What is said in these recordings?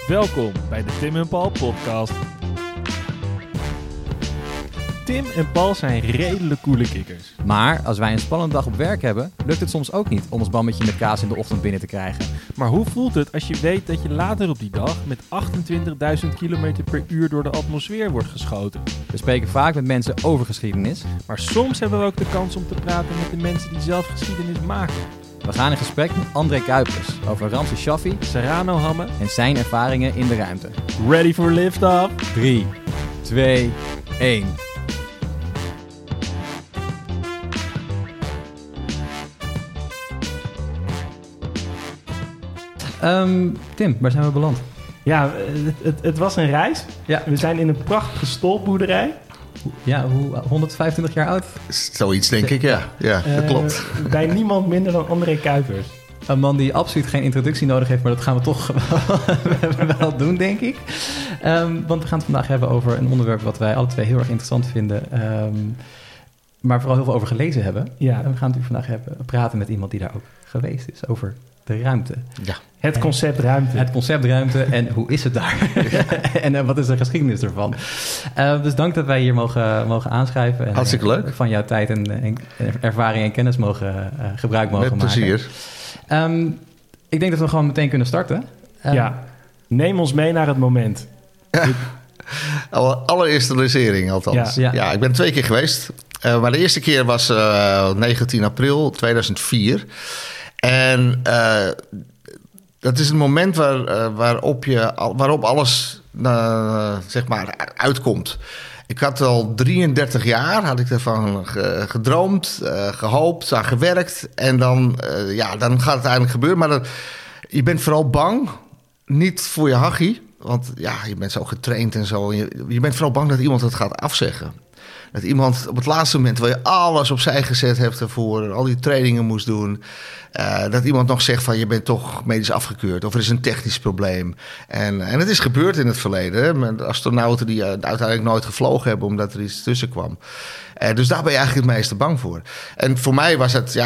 Welkom bij de Tim en Paul podcast. Tim en Paul zijn redelijk coole kikkers. Maar als wij een spannende dag op werk hebben, lukt het soms ook niet om ons bammetje met kaas in de ochtend binnen te krijgen. Maar hoe voelt het als je weet dat je later op die dag met 28.000 km per uur door de atmosfeer wordt geschoten? We spreken vaak met mensen over geschiedenis. Maar soms hebben we ook de kans om te praten met de mensen die zelf geschiedenis maken. We gaan in gesprek met André Kuipers over Ramses Shaffi Serrano Hamme en zijn ervaringen in de ruimte. Ready for liftoff? 3, 2, 1. Tim, waar zijn we beland? Ja, het was een reis. Ja. We zijn in een prachtige stolpboerderij. Ja, 125 jaar oud? Zoiets denk ik, ja. Ja, dat klopt. Bij niemand minder dan André Kuipers. Een man die absoluut geen introductie nodig heeft, maar dat gaan we toch wel doen, denk ik. Want we gaan het vandaag hebben over een onderwerp wat wij alle twee heel erg interessant vinden. Maar vooral heel veel over gelezen hebben. Ja. En we gaan natuurlijk vandaag praten met iemand die daar ook geweest is, over de ruimte. Ja. Het concept ruimte. Het concept ruimte en hoe is het daar? En wat is de geschiedenis ervan? Dus dank dat wij hier mogen aanschrijven. En, Hartstikke leuk. Van jouw tijd en ervaring en kennis gebruik mogen Met maken. plezier. Ik denk dat we gewoon meteen kunnen starten. Ja, neem ons mee naar het moment. Allereerste lezering althans. Ja. Ja, ik ben 2 keer geweest. Maar de eerste keer was 19 april 2004. En dat is een moment waarop alles zeg maar uitkomt. Ik had al 33 jaar, had ik ervan gedroomd, gehoopt, aan gewerkt. En dan gaat het eindelijk gebeuren. Maar je bent vooral bang, niet voor je hachie. Want ja, je bent zo getraind en zo. Je bent vooral bang dat iemand het gaat afzeggen. Dat iemand op het laatste moment, terwijl je alles opzij gezet hebt ervoor, al die trainingen moest doen, dat iemand nog zegt van je bent toch medisch afgekeurd of er is een technisch probleem. En het is gebeurd in het verleden, hè, met astronauten die uiteindelijk nooit gevlogen hebben omdat er iets tussen kwam. Dus daar ben je eigenlijk het meeste bang voor. En voor mij was het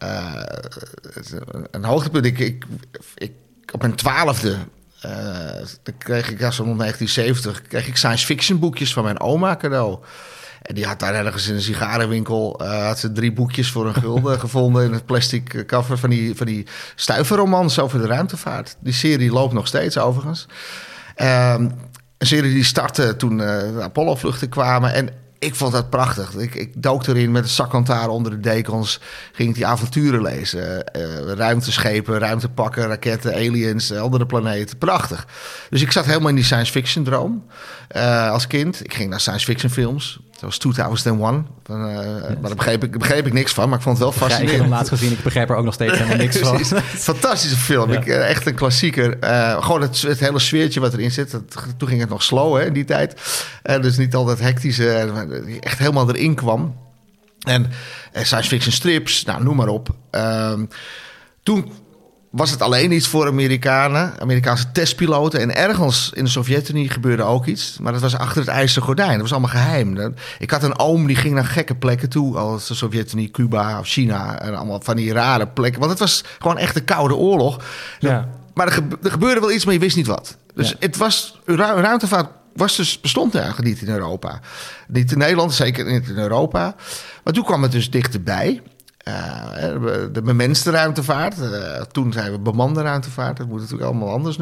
een hoogtepunt. Ik op mijn 12e dan kreeg ik, rond 1970, kreeg ik science fiction boekjes van mijn oma cadeau. En die had daar ergens in een sigarenwinkel had ze 3 boekjes voor $1 gevonden in het plastic cover van die stuiverromans over de ruimtevaart. Die serie loopt nog steeds overigens. Een serie die startte toen de Apollo-vluchten kwamen. En ik vond dat prachtig. Ik dook erin met een zaklantaarn onder de dekens. Ging ik die avonturen lezen. Ruimteschepen, ruimtepakken, raketten, aliens, andere planeten. Prachtig. Dus ik zat helemaal in die science fiction droom als kind. Ik ging naar science fiction films. Dat was 2001. Maar daar begreep ik niks van, maar ik vond het wel fascinerend. Ja, ik heb hem laatst gezien, ik begrijp er ook nog steeds helemaal niks van. Fantastische film. Ja. Echt een klassieker. Gewoon het hele sfeertje wat erin zit. Toen ging het nog slow hè, in die tijd. Dus niet al dat hectische. Echt helemaal erin kwam. En science fiction strips, nou, noem maar op. Toen was het alleen iets voor Amerikaanse testpiloten. En ergens in de Sovjet-Unie gebeurde ook iets. Maar dat was achter het ijzeren gordijn. Dat was allemaal geheim. Ik had een oom die ging naar gekke plekken toe. Als de Sovjet-Unie, Cuba of China. En allemaal van die rare plekken. Want het was gewoon echt de Koude Oorlog. Ja. Maar er gebeurde wel iets, maar je wist niet wat. Dus het was, ruimtevaart bestond eigenlijk niet in Europa. Niet in Nederland, zeker niet in Europa. Maar toen kwam het dus dichterbij. De bemenste ruimtevaart. Toen zijn we bemande ruimtevaart. Dat moet natuurlijk allemaal anders nu.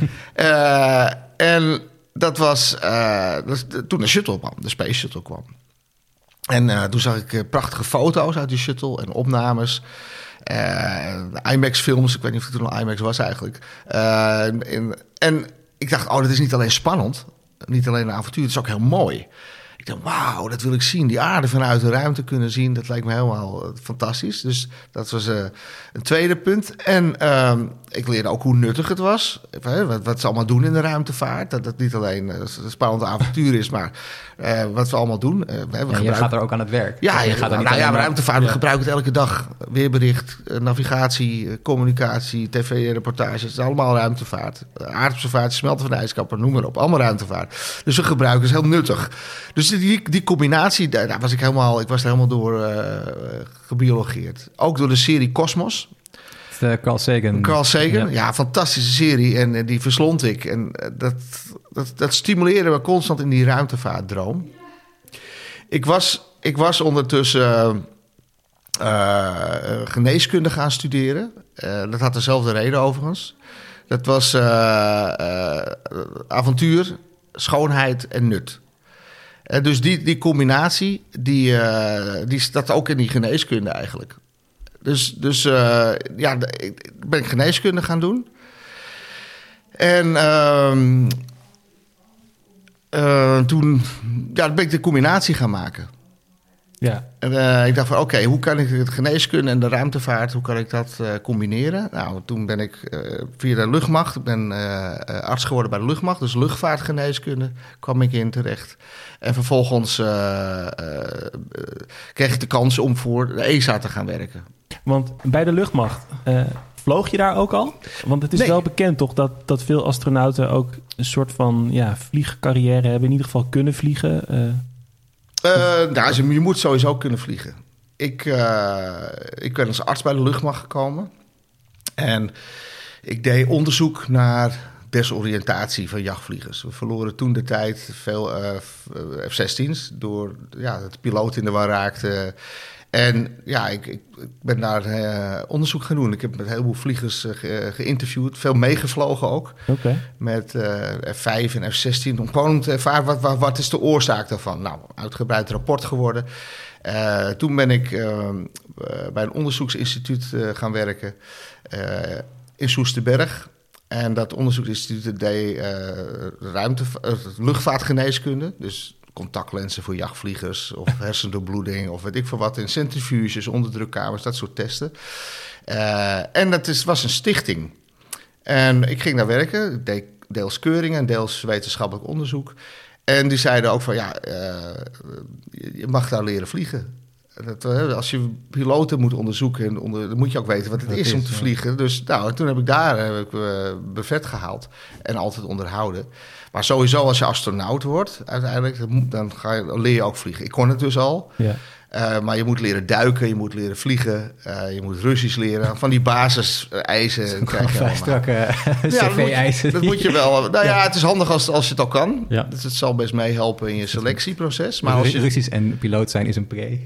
En dat was toen de shuttle kwam, de Space Shuttle kwam. En toen zag ik prachtige foto's uit die shuttle en opnames. IMAX-films, ik weet niet of het toen al IMAX was eigenlijk. En ik dacht, dat is niet alleen spannend, niet alleen een avontuur, het is ook heel mooi. Ik dacht, wauw, dat wil ik zien. Die aarde vanuit de ruimte kunnen zien, dat lijkt me helemaal fantastisch. Dus dat was een tweede punt. En ik leerde ook hoe nuttig het was. Wat ze allemaal doen in de ruimtevaart. Dat het niet alleen een spannend avontuur is, maar wat we allemaal doen. Je gaat er ook aan het werk. Ruimtevaart, we gebruiken het elke dag. Weerbericht, navigatie, communicatie, tv-reportages. Het is allemaal ruimtevaart. Aardobservatie, smelten van de ijskappen, noem maar op. Allemaal ruimtevaart. Dus we gebruiken het, is heel nuttig. Dus die combinatie, daar was ik was er helemaal door gebiologeerd. Ook door de serie Cosmos. Carl Sagan. Carl Sagan, ja, fantastische serie. En die verslond ik. En dat stimuleerde me constant in die ruimtevaartdroom. Ik was ondertussen geneeskunde gaan studeren. Dat had dezelfde reden overigens. Dat was avontuur, schoonheid en nut. Dus die combinatie, die staat ook in die geneeskunde eigenlijk. Dus ja, ben ik geneeskunde gaan doen. En toen ben ik de combinatie gaan maken. Ja. En ik dacht van oké, hoe kan ik het geneeskunde en de ruimtevaart, hoe kan ik dat combineren? Nou, toen ben ik via de luchtmacht, ik ben arts geworden bij de luchtmacht, dus luchtvaartgeneeskunde kwam ik in terecht. En vervolgens kreeg ik de kans om voor de ESA te gaan werken. Want bij de luchtmacht, vloog je daar ook al? Want het is wel bekend toch dat veel astronauten ook een soort van vliegcarrière hebben, in ieder geval kunnen vliegen. Je moet sowieso kunnen vliegen. Ik ben als arts bij de luchtmacht gekomen. En ik deed onderzoek naar desoriëntatie van jachtvliegers. We verloren toen de tijd veel F-16's door dat de piloot in de war raakte. En ja, ik ben daar onderzoek gaan doen. Ik heb met een heleboel vliegers geïnterviewd. Veel meegevlogen ook. Okay. Met F-5 en F-16. Om gewoon te ervaren wat is de oorzaak daarvan. Nou, uitgebreid rapport geworden. Toen ben ik bij een onderzoeksinstituut gaan werken in Soesterberg. En dat onderzoeksinstituut deed luchtvaartgeneeskunde. Dus contactlenzen voor jachtvliegers of hersendoorbloeding of weet ik veel wat. In centrifuges, onderdrukkamers, dat soort testen. En dat was een stichting. En ik ging daar werken. Ik deed deels keuringen en deels wetenschappelijk onderzoek. En die zeiden ook van je mag daar leren vliegen. Als je piloten moet onderzoeken, dan moet je ook weten wat het is om te vliegen. Dus toen heb ik brevet gehaald en altijd onderhouden. Maar sowieso als je astronaut wordt, uiteindelijk, dan leer je ook vliegen. Ik kon het dus al. Ja. Maar je moet leren duiken, je moet leren vliegen, je moet Russisch leren. Van die basiseisen krijg je strakke cv-eisen. Dat moet je wel. Het is handig als je het al kan. Ja. Dus het zal best meehelpen in je selectieproces. Maar als je Russisch en piloot zijn is een pre.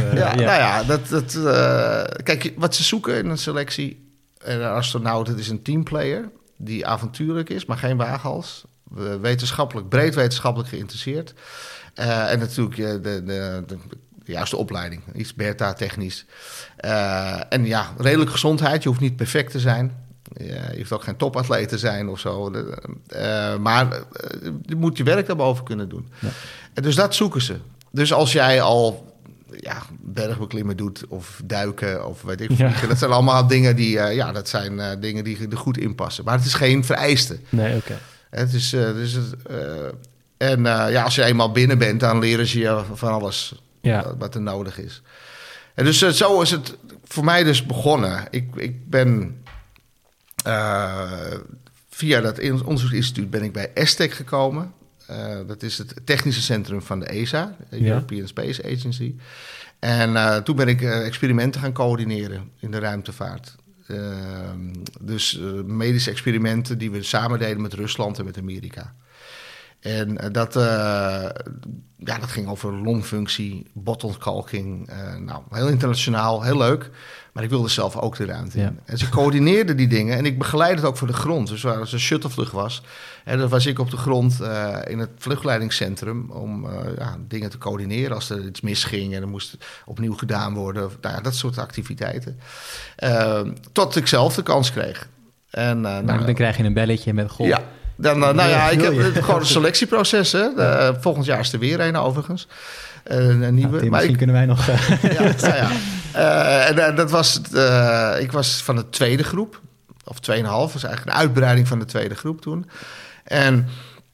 Kijk, wat ze zoeken in een selectie, een astronaut, het is een teamplayer die avontuurlijk is, maar geen waaghals. Breed wetenschappelijk geïnteresseerd. En natuurlijk de juiste opleiding. Iets beta-technisch. En redelijk gezondheid. Je hoeft niet perfect te zijn. Je hoeft ook geen topatleet te zijn of zo. Maar je moet je werk daarboven kunnen doen. Ja. Dus dat zoeken ze. Dus als jij al bergbeklimmen doet of duiken of weet ik veel. Dat zijn allemaal dingen dingen die er goed in passen. Maar het is geen vereiste. Nee, oké. Het is, als je eenmaal binnen bent, dan leren ze je van alles wat er nodig is. En dus zo is het voor mij dus begonnen. Ik ben via dat onderzoeksinstituut ben ik bij ESTEC gekomen. Dat is het technische centrum van de ESA, de European Space Agency. En toen ben ik experimenten gaan coördineren in de ruimtevaart. Dus medische experimenten die we samen deden met Rusland en met Amerika. En dat ging over longfunctie, bottelkalking. Heel internationaal, heel leuk. Maar ik wilde zelf ook de ruimte in. Ja. En ze coördineerden die dingen en ik begeleidde het ook voor de grond. Dus als een shuttlevlucht was, dan was ik op de grond in het vluchtleidingscentrum om dingen te coördineren. Als er iets misging en er moest opnieuw gedaan worden. Dat soort activiteiten. Tot ik zelf de kans kreeg. En, dan krijg je een belletje met golf. Ja. Ik heb gewoon een selectieproces. Hè. Volgend jaar is er weer een overigens. Een nieuwe. Tim, misschien kunnen wij nog... dat was ik was van de tweede groep. Of 2,5. Was eigenlijk een uitbreiding van de tweede groep toen. En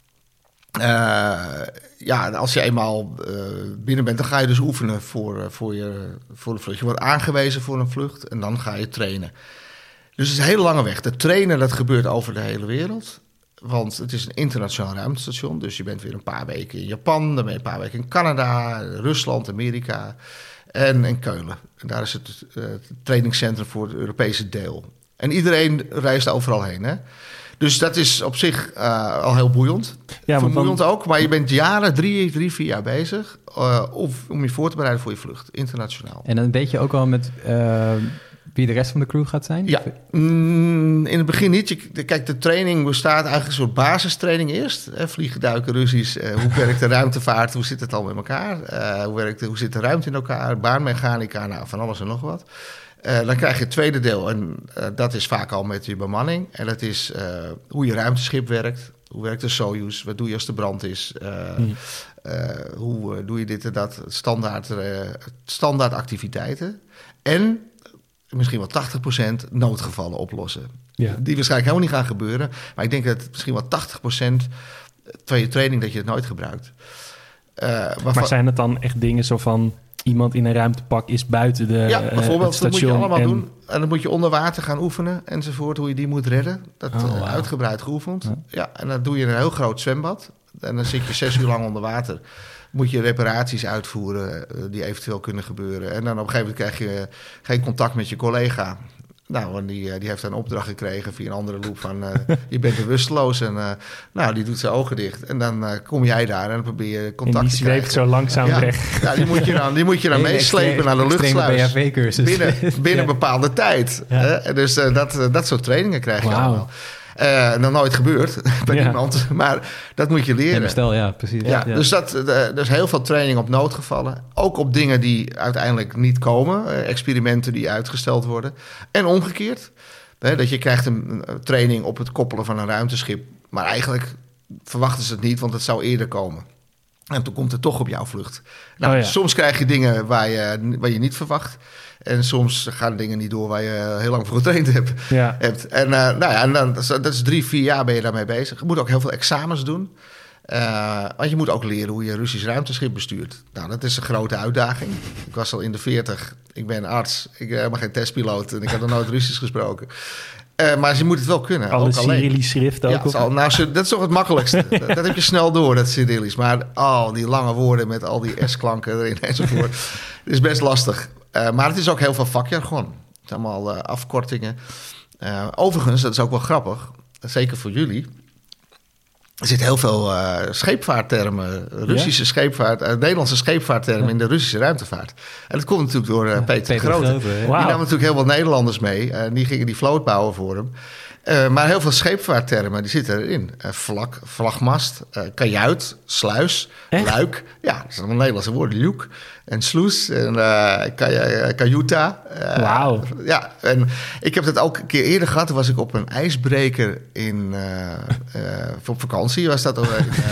als je eenmaal binnen bent, dan ga je dus oefenen voor de vlucht. Je wordt aangewezen voor een vlucht en dan ga je trainen. Dus het is een hele lange weg. Dat trainen, dat gebeurt over de hele wereld. Want het is een internationaal ruimtestation. Dus je bent weer een paar weken in Japan. Dan ben je een paar weken in Canada, Rusland, Amerika en Keulen. En daar is het trainingscentrum voor het Europese deel. En iedereen reist overal heen. Hè? Dus dat is op zich al heel boeiend. Ja, vermoeiend ook. Maar je bent jaren, 3, 4 jaar bezig... om je voor te bereiden voor je vlucht, internationaal. En dan weet je ook al met wie de rest van de crew gaat zijn? Ja, in het begin niet. Kijk, de training bestaat eigenlijk een soort basistraining eerst. Vliegen, duiken, Russisch. Hoe werkt de ruimtevaart? Hoe zit het al met elkaar? Hoe zit de ruimte in elkaar? Baanmechanica, nou, van alles en nog wat. Dan krijg je het tweede deel. En dat is vaak al met je bemanning. En dat is hoe je ruimteschip werkt. Hoe werkt de Soyuz? Wat doe je als er brand is? Hoe doe je dit en dat? Standaard activiteiten. En misschien wel 80% noodgevallen oplossen. Ja. Die waarschijnlijk helemaal niet gaan gebeuren. Maar ik denk dat misschien wel 80% van je training dat je het nooit gebruikt. Maar zijn het dan echt dingen zo van... iemand in een ruimtepak is buiten de bijvoorbeeld, het station. Dat moet je allemaal doen. En dan moet je onder water gaan oefenen enzovoort. Hoe je die moet redden. Dat uitgebreid geoefend. Ja, en dan doe je een heel groot zwembad. En dan zit je 6 uur lang onder water. Moet je reparaties uitvoeren die eventueel kunnen gebeuren. En dan op een gegeven moment krijg je geen contact met je collega. Nou, en die heeft een opdracht gekregen via een andere loop van... je bent bewusteloos en die doet zijn ogen dicht. En dan kom jij daar en dan probeer je contact te krijgen. En die zweeft zo langzaam weg. Ja, die moet je dan meeslepen naar de luchtsluis. Binnen een bepaalde tijd. Ja. Dus dat soort trainingen krijg je allemaal. Nog nooit gebeurd bij iemand, maar dat moet je leren. Bestel, ja, precies. Ja. Dus heel veel training op noodgevallen. Ook op dingen die uiteindelijk niet komen. Experimenten die uitgesteld worden. En omgekeerd. Dat je krijgt een training op het koppelen van een ruimteschip. Maar eigenlijk verwachten ze het niet, want het zou eerder komen. En toen komt het toch op jouw vlucht. Soms krijg je dingen waar je niet verwacht. En soms gaan dingen niet door waar je heel lang voor getraind hebt. Ja. En dan, dat is 3, 4 jaar ben je daarmee bezig. Je moet ook heel veel examens doen. Want je moet ook leren hoe je een Russisch ruimteschip bestuurt. Nou, dat is een grote uitdaging. Ik was al in de 40. Ik ben arts. Ik ben helemaal geen testpiloot. En ik heb nog nooit Russisch gesproken. Maar je moet het wel kunnen. Alle Cyrillisch schrift ook. Dat is toch het makkelijkste. Dat heb je snel door, dat Cyrillisch. Maar die lange woorden met al die S-klanken erin enzovoort. is best lastig. Maar het is ook heel veel vakjargon. Het zijn allemaal afkortingen. Overigens, dat is ook wel grappig. Zeker voor jullie. Er zit heel veel scheepvaarttermen, Russische scheepvaart, Nederlandse scheepvaarttermen in de Russische ruimtevaart. En dat komt natuurlijk door Peter de Grote. Die nam natuurlijk heel veel Nederlanders mee. Die gingen die vloot bouwen voor hem. Maar heel veel scheepvaarttermen die zitten erin. Vlagmast, kajuit, sluis, luik. Ja, dat zijn allemaal Nederlandse woorden. Luke en sluis en kajuta. Wauw. Ja, en ik heb dat ook een keer eerder gehad. Toen was ik op een ijsbreker op vakantie. Was dat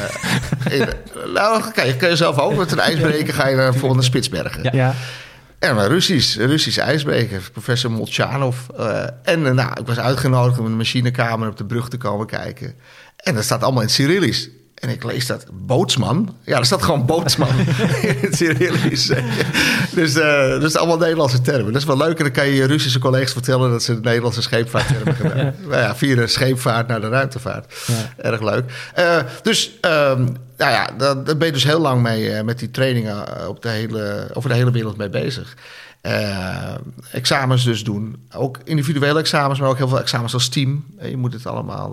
kan je zelf ook. Met een ijsbreker ga je naar volgende Spitsbergen. Ja. En een Russisch ijsbreker, professor Molchanov. Ik was uitgenodigd om in de machinekamer op de brug te komen kijken. En dat staat allemaal in Cyrillisch. En ik lees dat bootsman. Ja, er staat gewoon bootsman in het Cyrillisch. Dus allemaal Nederlandse termen. Dat is wel leuk. En dan kan je je Russische collega's vertellen dat ze de Nederlandse scheepvaarttermen gebruiken. Ja. Via de scheepvaart naar de ruimtevaart. Ja. Erg leuk. Daar ben je dus heel lang mee met die trainingen over de hele wereld mee bezig. Examens dus doen. Ook individuele examens, maar ook heel veel examens als team. Je moet het allemaal...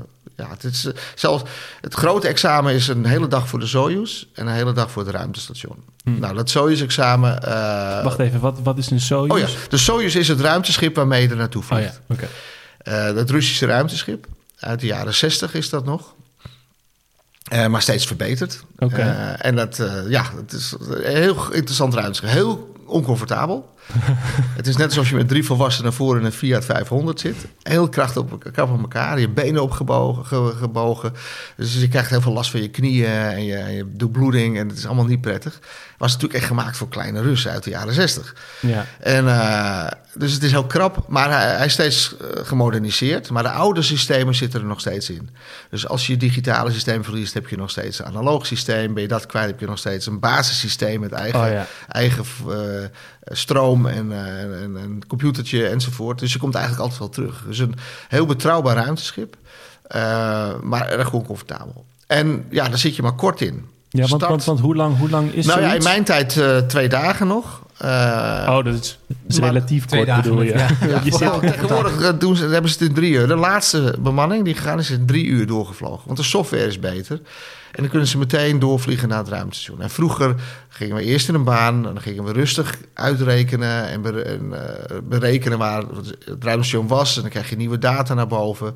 het grote examen is een hele dag voor de Soyuz en een hele dag voor het ruimtestation. Nou, dat Soyuz-examen... Wacht even, wat is een Soyuz? Oh ja, de Soyuz is het ruimteschip waarmee je er naartoe vliegt. Oh ja, okay. Dat Russische ruimteschip, uit de jaren 60 is dat nog. Maar steeds verbeterd. Okay. Het is een heel interessant ruimteschip. Heel oncomfortabel. Het is net alsof je met 3 volwassenen voor in een Fiat 500 zit. Heel krachtig op elkaar. Je benen opgebogen. Dus je krijgt heel veel last van je knieën en je doorbloeding. En het is allemaal niet prettig. Was natuurlijk echt gemaakt voor kleine Russen uit de jaren 60. Ja. En, dus het is heel krap. Maar hij is steeds gemoderniseerd. Maar de oude systemen zitten er nog steeds in. Dus als je digitale systeem verliest, heb je nog steeds een analoog systeem. Ben je dat kwijt, heb je nog steeds een basissysteem met eigen stroom en een computertje enzovoort. Dus je komt eigenlijk altijd wel terug. Dus een heel betrouwbaar ruimteschip, maar erg oncomfortabel. En ja, daar zit je maar kort in. Ja, want hoe lang is zoiets? In mijn tijd 2 dagen nog. dat is maar relatief 2 kort, bedoel je. dagen, ja. Je zit Tegenwoordig hebben ze het in 3 uur. De laatste bemanning die gegaan is in 3 uur doorgevlogen. Want de software is beter. En dan kunnen ze meteen doorvliegen naar het ruimtestation. En vroeger gingen we eerst in een baan. En dan gingen we rustig uitrekenen. En berekenen waar het ruimtestation was. En dan krijg je nieuwe data naar boven.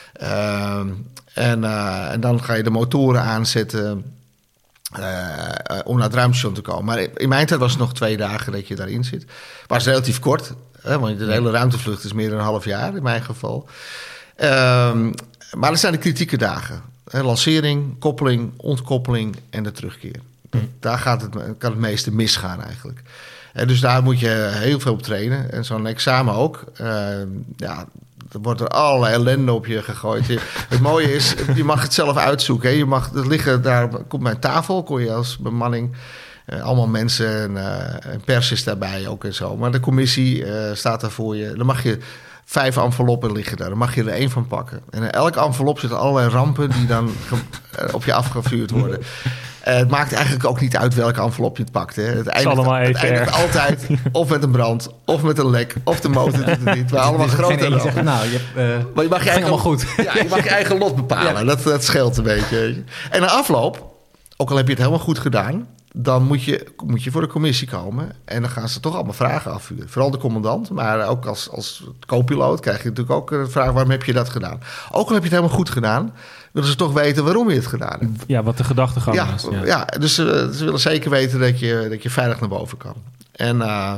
En dan ga je de motoren aanzetten om naar het ruimtestation te komen. Maar in mijn tijd was het nog 2 dagen dat je daarin zit. Maar het is relatief kort. Want de hele ruimtevlucht is meer dan een half jaar in mijn geval. Maar dat zijn de kritieke dagen. Lancering, koppeling, ontkoppeling en de terugkeer. Daar kan het meeste misgaan eigenlijk. Dus daar moet je heel veel op trainen. En zo'n examen ook. Er wordt er allerlei ellende op je gegooid. Het mooie is, je mag het zelf uitzoeken. Hè. Je mag het liggen, daar komt mijn tafel, kon je als bemanning. Allemaal mensen en pers is daarbij ook en zo. Maar de commissie staat daar voor je. Dan mag je 5 enveloppen liggen daar. Dan mag je er 1 van pakken. En in elke envelop zitten allerlei rampen die dan op je afgevuurd worden. Het maakt eigenlijk ook niet uit welke envelop je het pakt. Hè. Het eindigt altijd of met een brand, of met een lek, of de motor doet het niet. Maar allemaal grote rampen. Maar je mag allemaal goed. Ja, je mag je eigen lot bepalen. Ja. Dat scheelt een beetje. En na afloop, ook al heb je het helemaal goed gedaan, dan moet je voor de commissie komen. En dan gaan ze toch allemaal vragen afvuren. Vooral de commandant, maar ook als co-piloot krijg je natuurlijk ook de vraag: waarom heb je dat gedaan? Ook al heb je het helemaal goed gedaan, willen ze toch weten waarom je het gedaan hebt. Ja, wat de gedachtegang is. Ja, dus ze willen zeker weten dat je veilig naar boven kan. En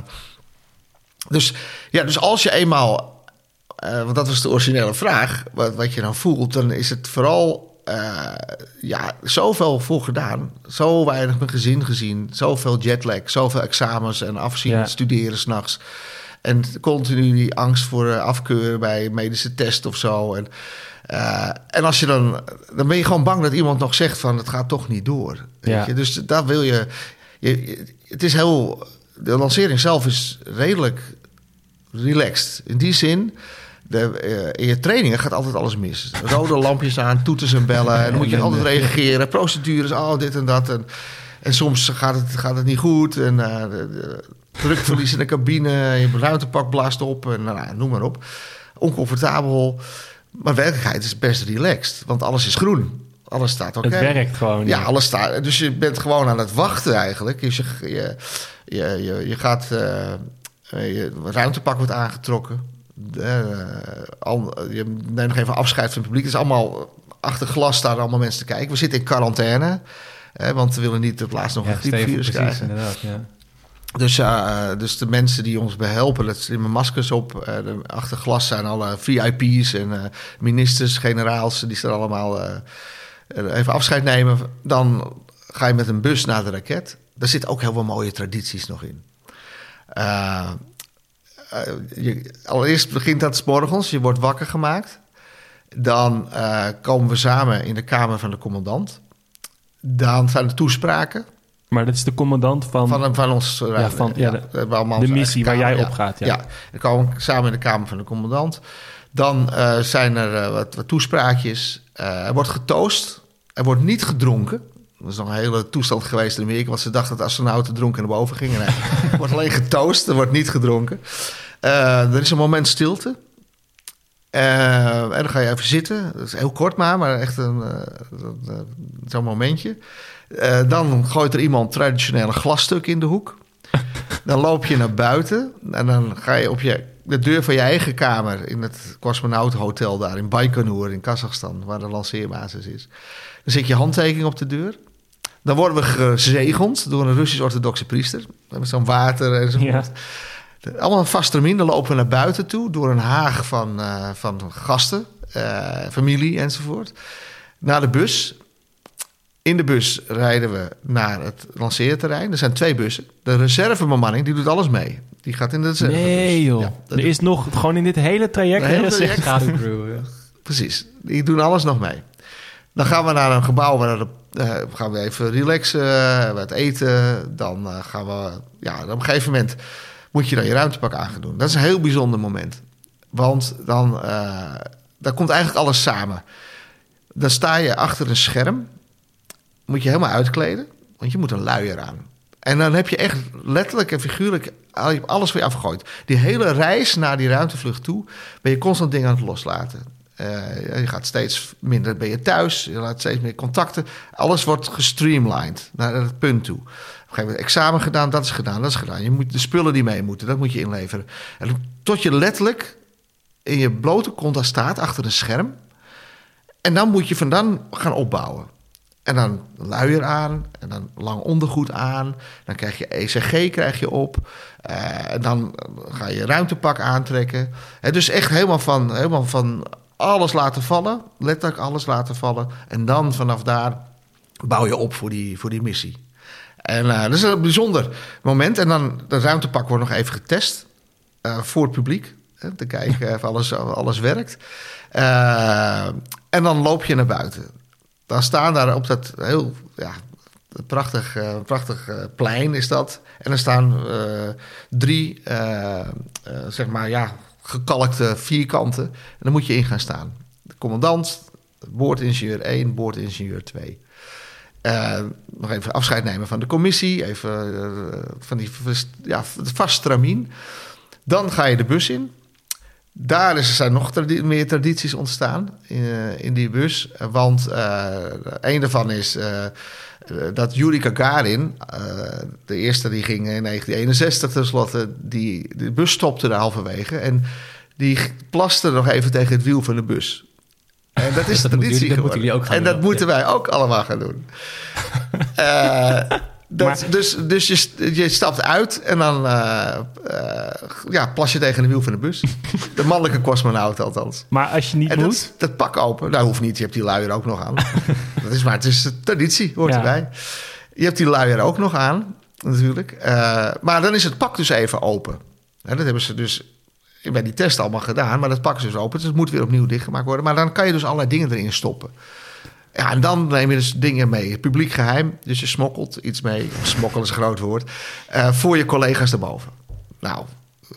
dus als je eenmaal, want dat was de originele vraag, wat je dan voelt, dan is het vooral zoveel voor gedaan. Zo weinig mijn gezin gezien. Zoveel jetlag, zoveel examens en afzien, studeren 's nachts. En continu die angst voor afkeuren bij medische test of zo. En als je dan ben je gewoon bang dat iemand nog zegt van het gaat toch niet door. Weet je? Dus daar wil je. Het is de lancering zelf is redelijk relaxed. In die zin, in je trainingen gaat altijd alles mis. Rode lampjes aan, toeters en bellen. En dan moet je altijd reageren. Procedures, dit en dat. En soms gaat het niet goed. En drukverlies in de cabine. Je ruimtepak blaast op. En noem maar op. Oncomfortabel. Maar werkelijkheid is best relaxed. Want alles is groen. Alles staat oké. Het werkt gewoon. Ja, alles staat. Dus je bent gewoon aan het wachten eigenlijk. Dus je gaat. Je ruimtepak wordt aangetrokken. Je neemt nog even afscheid van het publiek. Het is allemaal achter glas staan allemaal mensen te kijken. We zitten in quarantaine. Want we willen niet het laatst nog een griepvirus krijgen. Inderdaad, ja. Dus de mensen die ons behelpen, dat nemen maskers op. Achter glas zijn alle VIP's en ministers, generaals. Die staan allemaal even afscheid nemen. Dan ga je met een bus naar de raket. Daar zitten ook heel veel mooie tradities nog in. Allereerst begint dat 's morgens. Je wordt wakker gemaakt. Dan komen we samen in de kamer van de commandant. Dan zijn er toespraken. Maar dat is de commandant van ons... de missie waar jij op gaat. Ja. Dan komen we samen in de kamer van de commandant. Dan zijn er wat toespraakjes. Er wordt getoost. Er wordt niet gedronken. Dat is nog een hele toestand geweest in Amerika, want ze dachten dat astronauten dronken naar boven gingen. Nee, er wordt alleen getoost, er wordt niet gedronken. Er is een moment stilte. En dan ga je even zitten. Dat is heel kort maar echt zo'n momentje. Dan gooit er iemand traditioneel een glasstuk in de hoek. Dan loop je naar buiten en dan ga je de deur van je eigen kamer in het cosmonautenhotel daar in Baikonur in Kazachstan, waar de lanceerbasis is. Dan zet je handtekening op de deur. Dan worden we gezegend door een Russisch-orthodoxe priester. Met zo'n water en zo. Ja. Allemaal een vast termijn. Dan lopen we naar buiten toe door een haag van gasten, familie enzovoort. Naar de bus. In de bus rijden we naar het lanceerterrein. Er zijn 2 bussen. De reservebemanning, die doet alles mee. Die gaat in de reservebus. Nee joh. Ja, er is nog gewoon in dit hele traject... Precies. Die doen alles nog mee. Dan gaan we naar een gebouw waar gaan we even relaxen, wat eten. Dan gaan we... Ja, op een gegeven moment moet je dan je ruimtepak aan gaan doen. Dat is een heel bijzonder moment. Want dan komt eigenlijk alles samen. Dan sta je achter een scherm. Moet je helemaal uitkleden, want je moet een luier aan. En dan heb je echt letterlijk en figuurlijk alles weer afgegooid. Die hele reis naar die ruimtevlucht toe ben je constant dingen aan het loslaten. Je gaat steeds minder, ben je thuis, je laat steeds meer contacten. Alles wordt gestreamlined naar het punt toe. Op een gegeven moment examen gedaan, dat is gedaan, dat is gedaan. Je moet de spullen die mee moeten, dat moet je inleveren. En tot je letterlijk in je blote kont staat achter een scherm. En dan moet je vandaan gaan opbouwen. En dan luier aan, en dan lang ondergoed aan. Dan krijg je ECG op. En dan ga je ruimtepak aantrekken. En dus echt helemaal van alles laten vallen. Letterlijk alles laten vallen. En dan vanaf daar bouw je op voor die missie. En dat is een bijzonder moment. En dan de ruimtepak wordt nog even getest voor het publiek. Te kijken of alles werkt. En dan loop je naar buiten. Dan staan daar op dat heel prachtig plein is dat. En er staan 3 gekalkte vierkanten. En daar moet je in gaan staan. De commandant, boordingenieur 1, boordingenieur 2. Nog even afscheid nemen van de commissie. Even van die vast stramien. Dan ga je de bus in. Daar zijn nog meer tradities ontstaan in die bus. Want een daarvan is dat Yuri Gagarin, de eerste die ging in 1961 tenslotte, de bus stopte daar halverwege. En die plaste nog even tegen het wiel van de bus. En dat is de traditie geworden. En dat moeten wij ook allemaal gaan doen. Dus je stapt uit en dan plas je tegen de wiel van de bus. De mannelijke cosmonaut althans. Maar als je niet en moet... Dat pak open. Nou, hoeft niet. Je hebt die luier ook nog aan. Het is traditie, hoort erbij. Je hebt die luier ook nog aan, natuurlijk. Maar dan is het pak dus even open. Dat hebben ze dus bij die test allemaal gedaan. Maar dat pak is dus open. Dus het moet weer opnieuw dichtgemaakt worden. Maar dan kan je dus allerlei dingen erin stoppen. Ja, en dan neem je dus dingen mee. Publiek geheim, dus je smokkelt iets mee. Smokkelen is een groot woord. Voor je collega's erboven. Nou,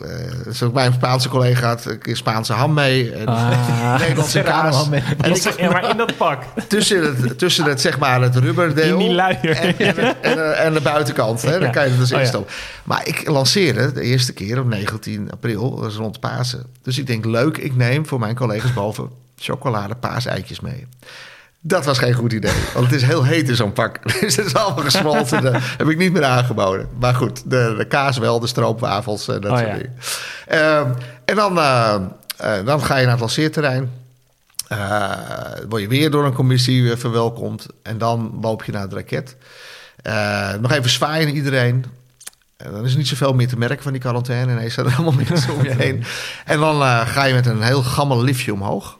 zo mijn Spaanse collega had een keer Spaanse ham mee. Nederlandse kaas. Maar in dat pak. Tussen het, zeg maar, het rubberdeel. In die luier. En de buitenkant. Hè, dan kan je er dus in stoppen. Maar ik lanceerde de eerste keer op 19 april. Dat was rond Pasen. Dus ik denk, leuk, ik neem voor mijn collega's boven chocolade paaseitjes mee. Dat was geen goed idee, want het is heel heet in zo'n pak. Dus het is allemaal gesmolten, dat heb ik niet meer aangeboden. Maar goed, de kaas wel, de stroopwafels, dat soort dingen. En dan ga je naar het lanceerterrein. Word je weer door een commissie verwelkomd. En dan loop je naar het raket. Nog even zwaaien naar iedereen. Dan is er niet zoveel meer te merken van die quarantaine. Ineens zijn er allemaal mensen om je heen. En dan ga je met een heel gammel liftje omhoog.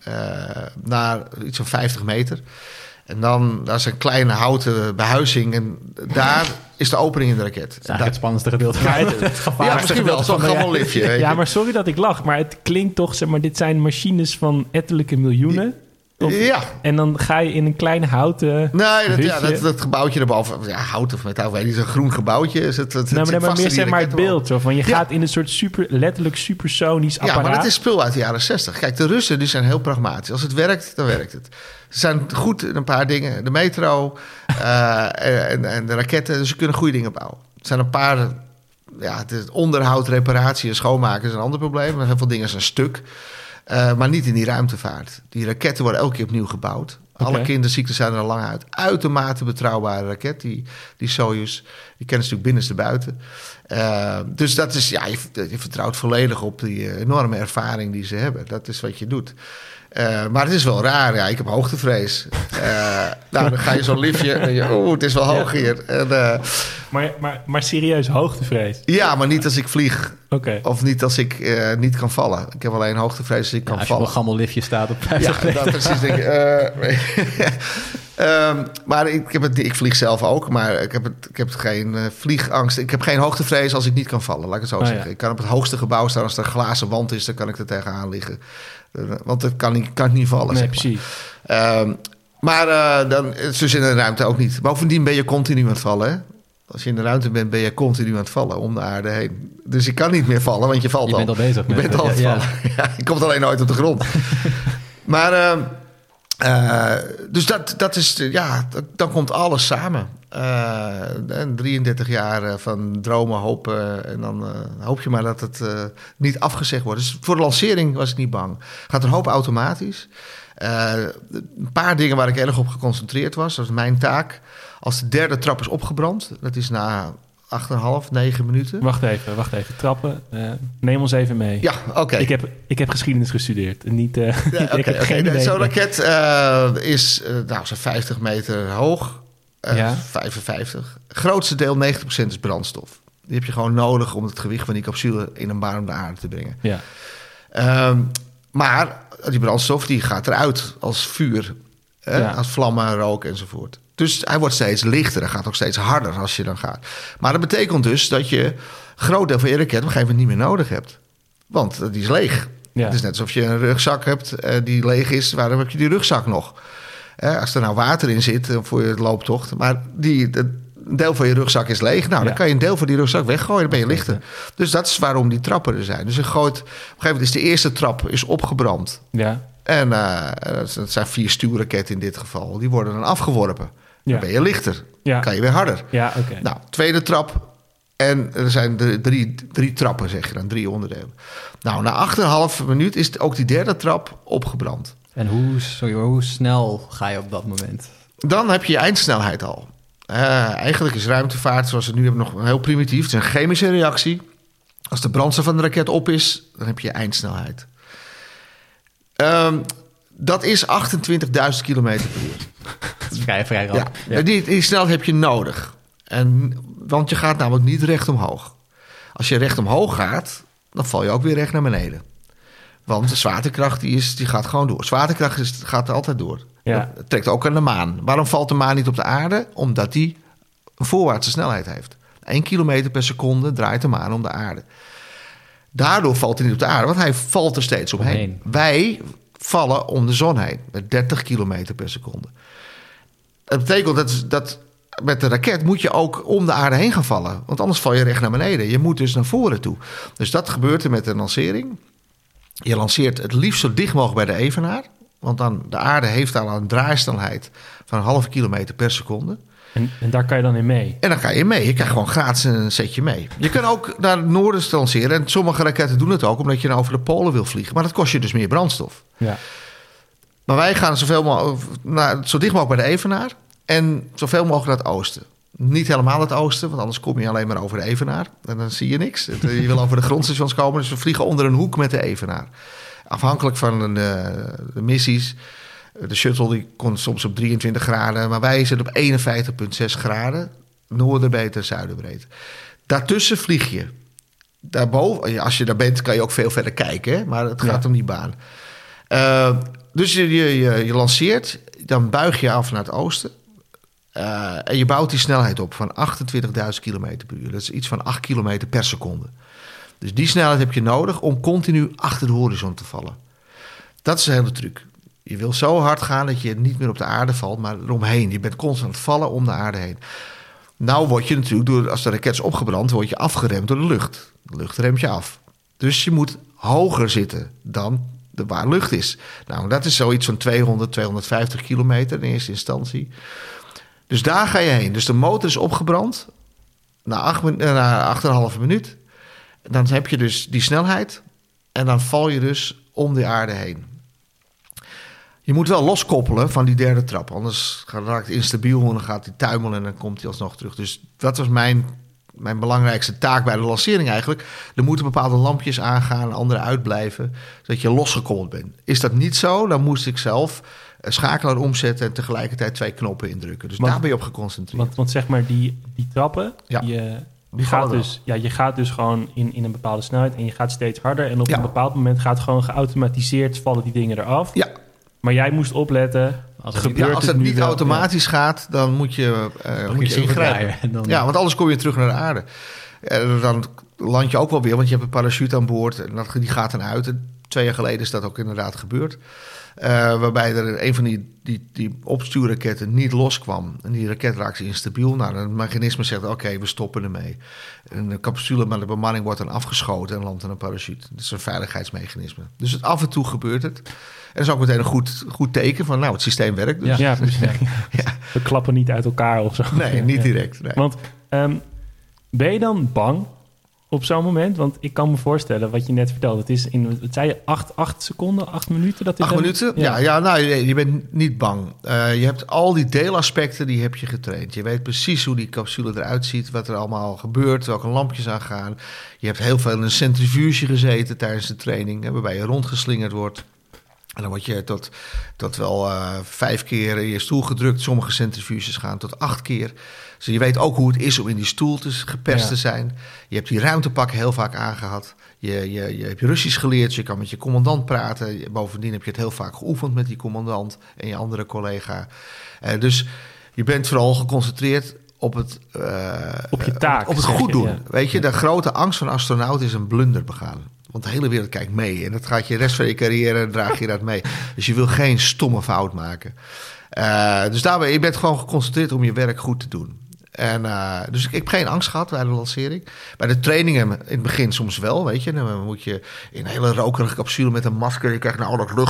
Naar iets van 50 meter. En dan, daar is een kleine houten behuizing. En daar is de opening in de raket. Dat is eigenlijk het spannendste gedeelte. Het gevaarlijkste misschien wel, zo'n gammel liftje. Ja, maar sorry dat ik lach. Maar het klinkt toch, zeg maar, dit zijn machines van ettelijke miljoenen. Ja. En dan ga je in een klein houten dat gebouwtje erboven. Ja, hout of metaal, weet je, zo'n groen gebouwtje. Maar meer zeg maar het beeld. Zo, van je gaat in een soort letterlijk supersonisch apparaat. Ja, maar dat is spul uit de jaren 60. Kijk, de Russen die zijn heel pragmatisch. Als het werkt, dan werkt het. Ze zijn goed in een paar dingen. De metro en de raketten. Dus ze kunnen goede dingen bouwen. Er zijn een paar... Ja, het onderhoud, reparatie en schoonmaken is een ander probleem. Heel veel dingen zijn stuk. Maar niet in die ruimtevaart. Die raketten worden elke keer opnieuw gebouwd. Okay. Alle kinderziektes zijn er al lang uit. Uitermate betrouwbare raket, die Soyuz. Die kennen ze natuurlijk binnenstebuiten. Dus dat is, je vertrouwt volledig op die enorme ervaring die ze hebben. Dat is wat je doet. Maar het is wel raar. Ja, ik heb hoogtevrees. Dan ga je zo'n liftje en het is wel hoog hier. En, maar serieus, hoogtevrees? Ja, maar niet als ik vlieg. Okay. Of niet als ik niet kan vallen. Ik heb alleen hoogtevrees als ik kan vallen. Als je op een gammel liftje staat op 50 meter. Ja, dat precies. Denk maar ik vlieg zelf ook, maar ik heb geen vliegangst. Ik heb geen hoogtevrees als ik niet kan vallen, laat ik het zo zeggen. Ja. Ik kan op het hoogste gebouw staan. Als er een glazen wand is, dan kan ik er tegenaan liggen. Want dat kan ik niet vallen. Nee, zeg precies. Maar dan dus in de ruimte ook niet. Bovendien ben je continu aan het vallen, hè? Als je in de ruimte bent, ben je continu aan het vallen om de aarde heen. Dus ik kan niet meer vallen, want je valt al. Je bent al bezig. Je bent al aan het vallen. Ja, je komt alleen nooit op de grond. Maar Dus dat is, dan komt alles samen. 33 jaar van dromen, hopen. En dan hoop je maar dat het niet afgezegd wordt. Dus voor de lancering was ik niet bang. Gaat een hoop automatisch. Een paar dingen waar ik erg op geconcentreerd was. Dat is mijn taak. Als de derde trap is opgebrand, dat is na 8,5, 9 minuten. Wacht even. Trappen. Neem ons even mee. Ja, oké. Ik heb geschiedenis gestudeerd. En niet, Zo'n raket is zo'n 50 meter hoog. 55. Het grootste deel, 90% is brandstof. Die heb je gewoon nodig om het gewicht van die capsule in een baan om de aarde te brengen. Ja. Maar die brandstof die gaat eruit als vuur. Als vlammen, rook enzovoort. Dus hij wordt steeds lichter. Hij gaat ook steeds harder als je dan gaat. Maar dat betekent dus dat je een groot deel van je raket op een gegeven moment niet meer nodig hebt. Want die is leeg. Ja. Het is net alsof je een rugzak hebt die leeg is. Waarom heb je die rugzak nog? Als er nou water in zit voor je looptocht. Maar een deel van je rugzak is leeg. Nou, dan kan je een deel van die rugzak weggooien. Dan ben je lichter. Dus dat is waarom die trappen er zijn. Dus op een gegeven moment is de eerste trap opgebrand. Ja. En dat zijn 4 stuurraketten in dit geval. Die worden dan afgeworpen. Dan ben je lichter. Ja. Kan je weer harder. Ja, oké. Nou, tweede trap. En er zijn drie trappen, zeg je dan. 3 onderdelen. Nou, na 8,5 minuut is ook die derde trap opgebrand. En hoe snel ga je op dat moment? Dan heb je je eindsnelheid al. Eigenlijk is ruimtevaart, zoals we het nu hebben, nog heel primitief. Het is een chemische reactie. Als de brandstof van de raket op is, dan heb je je eindsnelheid. Dat is 28.000 kilometer per uur. Dat is vrij rap. Ja. Die snelheid heb je nodig. Want je gaat namelijk niet recht omhoog. Als je recht omhoog gaat, dan val je ook weer recht naar beneden. Want de zwaartekracht die gaat gewoon door. Zwaartekracht gaat altijd door. Ja. Het trekt ook aan de maan. Waarom valt de maan niet op de aarde? Omdat die een voorwaartse snelheid heeft. 1 kilometer per seconde draait de maan om de aarde. Daardoor valt hij niet op de aarde, want hij valt er steeds omheen. Wij vallen om de zon heen met 30 kilometer per seconde. Dat betekent dat met de raket moet je ook om de aarde heen gaan vallen. Want anders val je recht naar beneden. Je moet dus naar voren toe. Dus dat gebeurt er met de lancering. Je lanceert het liefst zo dicht mogelijk bij de evenaar. Want dan de aarde heeft al een draaisnelheid van 0,5 kilometer per seconde. En daar kan je dan in mee? En dan ga je mee. Je krijgt gewoon gratis een setje mee. Je kan ook naar het noorden lanceren. En sommige raketten doen het ook omdat je nou over de polen wil vliegen. Maar dat kost je dus meer brandstof. Ja. Maar wij gaan zo dicht mogelijk bij de evenaar. En zoveel mogelijk naar het oosten. Niet helemaal het oosten, want anders kom je alleen maar over de evenaar. En dan zie je niks. Je wil over de grondstations komen, dus we vliegen onder een hoek met de evenaar. Afhankelijk van de missies. De shuttle die kon soms op 23 graden, maar wij zitten op 51,6 graden. Noorderbreedte, zuiderbreedte. Daartussen vlieg je. Daarboven, als je daar bent, kan je ook veel verder kijken, hè? Maar het gaat om die baan. Dus je lanceert, dan buig je af naar het oosten. En je bouwt die snelheid op van 28.000 kilometer per uur. Dat is iets van 8 kilometer per seconde. Dus die snelheid heb je nodig om continu achter de horizon te vallen. Dat is de hele truc. Je wil zo hard gaan dat je niet meer op de aarde valt, maar eromheen. Je bent constant aan het vallen om de aarde heen. Nou word je natuurlijk, als de raket is opgebrand, word je afgeremd door de lucht. De lucht remt je af. Dus je moet hoger zitten dan waar lucht is. Nou, dat is zoiets van 200, 250 kilometer in eerste instantie. Dus daar ga je heen. Dus de motor is opgebrand na 8,5 minuut. Dan heb je dus die snelheid. En dan val je dus om de aarde heen. Je moet wel loskoppelen van die derde trap. Anders raakt het instabiel en dan gaat hij tuimelen en dan komt hij alsnog terug. Dus dat was mijn belangrijkste taak bij de lancering eigenlijk. Er moeten bepaalde lampjes aangaan, andere uitblijven, zodat je losgekoppeld bent. Is dat niet zo, dan moest ik zelf een schakelaar omzetten en tegelijkertijd 2 knoppen indrukken. Dus daar ben je op geconcentreerd. Want zeg maar die trappen, ja. Je gaat dus gewoon in een bepaalde snelheid en je gaat steeds harder. En op een bepaald moment gaat gewoon geautomatiseerd vallen die dingen eraf. Ja. Maar jij moest opletten. Als het niet automatisch gaat, dan moet je ingrijpen. Ja, want anders kom je terug naar de aarde. Dan land je ook wel weer, want je hebt een parachute aan boord. En die gaat dan uit. 2 jaar geleden is dat ook inderdaad gebeurd. Waarbij er een van die opstuurraketten niet loskwam. En die raket raakte instabiel. Nou, het mechanisme zegt, oké, we stoppen ermee. Een capsule met de bemanning wordt dan afgeschoten en landt in een parachute. Dat is een veiligheidsmechanisme. Dus af en toe gebeurt het. En dat is ook meteen een goed teken van, het systeem werkt. Dus. Ja, precies. We klappen niet uit elkaar of zo. Nee, niet direct. Nee. Want ben je dan bang op zo'n moment? Want ik kan me voorstellen, wat je net vertelde, het is wat zei je, 8 seconden, 8 minuten? Dat is 8 minuten? Ja, nou, je bent niet bang. Je hebt al die deelaspecten, die heb je getraind. Je weet precies hoe die capsule eruit ziet, wat er allemaal gebeurt, welke lampjes aangaan. Je hebt heel veel in een centrifuge gezeten tijdens de training, waarbij je rondgeslingerd wordt. En dan word je tot wel 5 keer in je stoel gedrukt. Sommige centrifuges gaan tot 8 keer. Dus je weet ook hoe het is om in die stoel geperst te zijn. Je hebt die ruimtepakken heel vaak aangehad. Je hebt Russisch geleerd, je kan met je commandant praten. Bovendien heb je het heel vaak geoefend met die commandant en je andere collega. Dus je bent vooral geconcentreerd op het, op je taak, op het goed doen. Ja. Weet je, de grote angst van astronaut is een blunder begaan. Want de hele wereld kijkt mee. En dat gaat je rest van je carrière, draag je dat mee. Dus je wil geen stomme fout maken. Dus daarbij, je bent gewoon geconcentreerd om je werk goed te doen. Dus ik heb geen angst gehad bij de lancering. Bij de trainingen in het begin soms wel, weet je. Dan moet je in een hele rokerige capsule met een masker. Je krijgt al dat lucht.